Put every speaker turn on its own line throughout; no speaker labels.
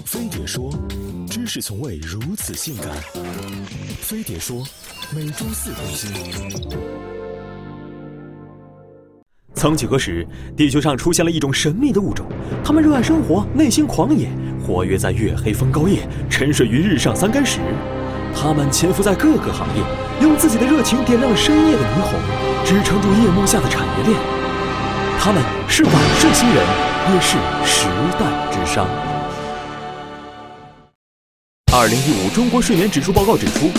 飞碟说，知识从未如此性感。飞碟说，每周4更新。曾几何时，地球上出现了一种神秘的物种，它们热爱生活，内心狂野，活跃在月黑风高夜，沉睡于日上三竿时。它们潜伏在各个行业，用自己的热情点亮了深夜的霓虹，支撑住夜幕下的产业链。他们是晚睡星人，也是时代之殇。2015中国睡眠指数报告指出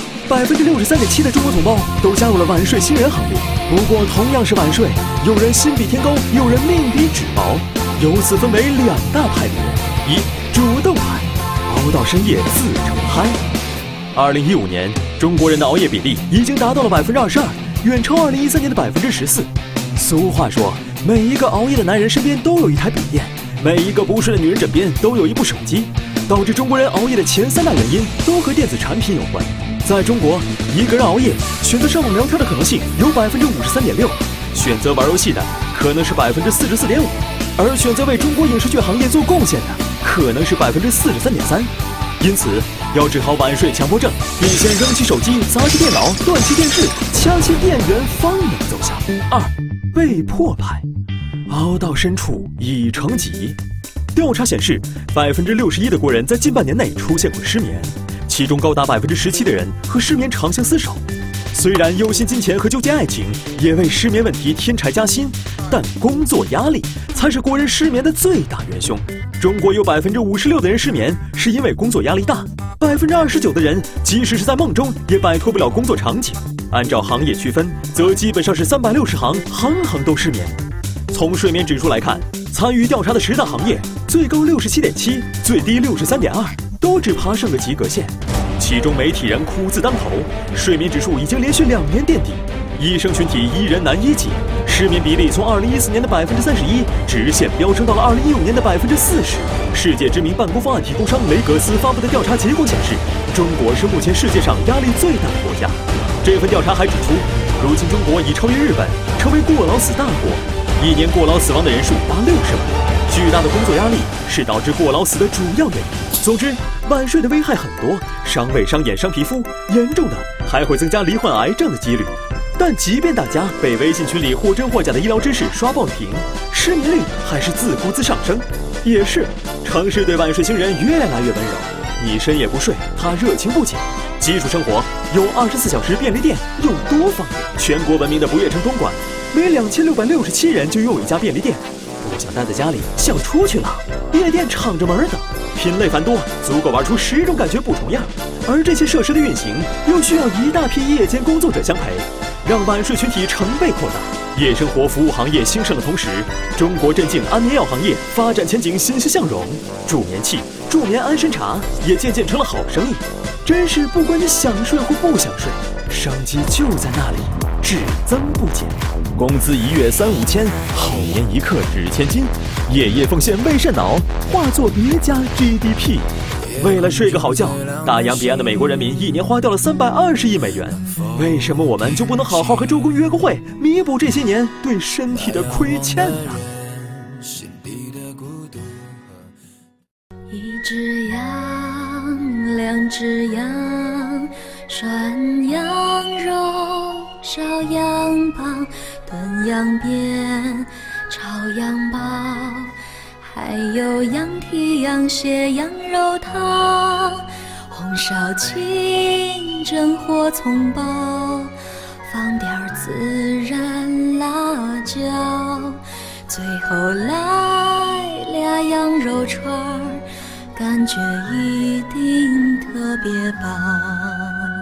，63.7%的中国同胞都加入了晚睡星人行列。不过，同样是晚睡，有人心比天高，有人命比纸薄。由此分为2大派别：一、主动派，熬到深夜自称嗨。2015年，中国人的熬夜比例已经达到了22%，远超2013年的14%。俗话说，每一个熬夜的男人身边都有一台笔电，每一个不睡的女人枕边都有一部手机。导致中国人熬夜的前3大原因都和电子产品有关。在中国，一个人熬夜选择上网聊天的可能性有53.6%，选择玩游戏的可能是44.5%，而选择为中国影视剧行业做贡献的可能是43.3%。因此，要治好晚睡强迫症，必先扔弃手机，砸弃电脑，断弃电视，掐起电源，方能奏效。2、被迫派，熬到深处已成疾。调查显示，61%的国人在近半年内出现过失眠，其中高达17%的人和失眠长相厮守。虽然忧心金钱和纠结爱情也为失眠问题添柴加薪，但工作压力才是国人失眠的最大元凶。中国有56%的人失眠是因为工作压力大，29%的人即使是在梦中也摆脱不了工作场景。按照行业区分，则基本上是360行，行行都失眠。从睡眠指数来看，参与调查的10大行业，最高67.7，最低63.2，都只爬上个及格线。其中媒体人苦字当头，睡眠指数已经连续2年垫底。医生群体一人难医解，失眠比例从2014年的31%直线飙升到了2015年的40%。世界知名办公方案提供商雷格斯发布的调查结果显示，中国是目前世界上压力最大的国家。这份调查还指出，如今中国已超越日本，成为过劳死大国。1年过劳死亡的人数达60万，巨大的工作压力是导致过劳死的主要原因。总之，晚睡的危害很多，伤胃、伤眼、伤皮肤，严重的还会增加罹患癌症的几率。但即便大家被微信群里或真或假的医疗知识刷爆了屏，失眠率还是自顾自上升。也是，城市对晚睡星人越来越温柔，你深夜不睡，他热情不减。基础生活有24小时便利店，有多方便？全国闻名的不夜城东莞，每2667人就拥有一家便利店。不想待在家里，想出去了，夜店敞着门等，品类繁多，足够玩出10种感觉不重样。而这些设施的运行又需要一大批夜间工作者相陪，让晚睡群体成倍扩大。夜生活服务行业兴盛的同时，中国镇静安眠药行业发展前景欣欣向荣，助眠器、助眠安神茶也渐渐成了好生意。真是不管你想睡或不想睡，商机就在那里，只增不减。工资1月3、5千，好眠一刻值千金。夜夜奉献为肾脑，化作别家 GDP。为了睡个好觉，大洋彼岸的美国人民1年花掉了320亿美元。为什么我们就不能好好和周公约个会，弥补这些年对身体的亏欠呢？
一只羊，2只羊，涮羊肉，烧羊棒，炖羊鞭，炒羊包，还有羊蹄、羊血、羊肉汤，红烧清蒸或葱爆，放点孜然辣椒，最后来俩羊肉串，感觉一定特别棒。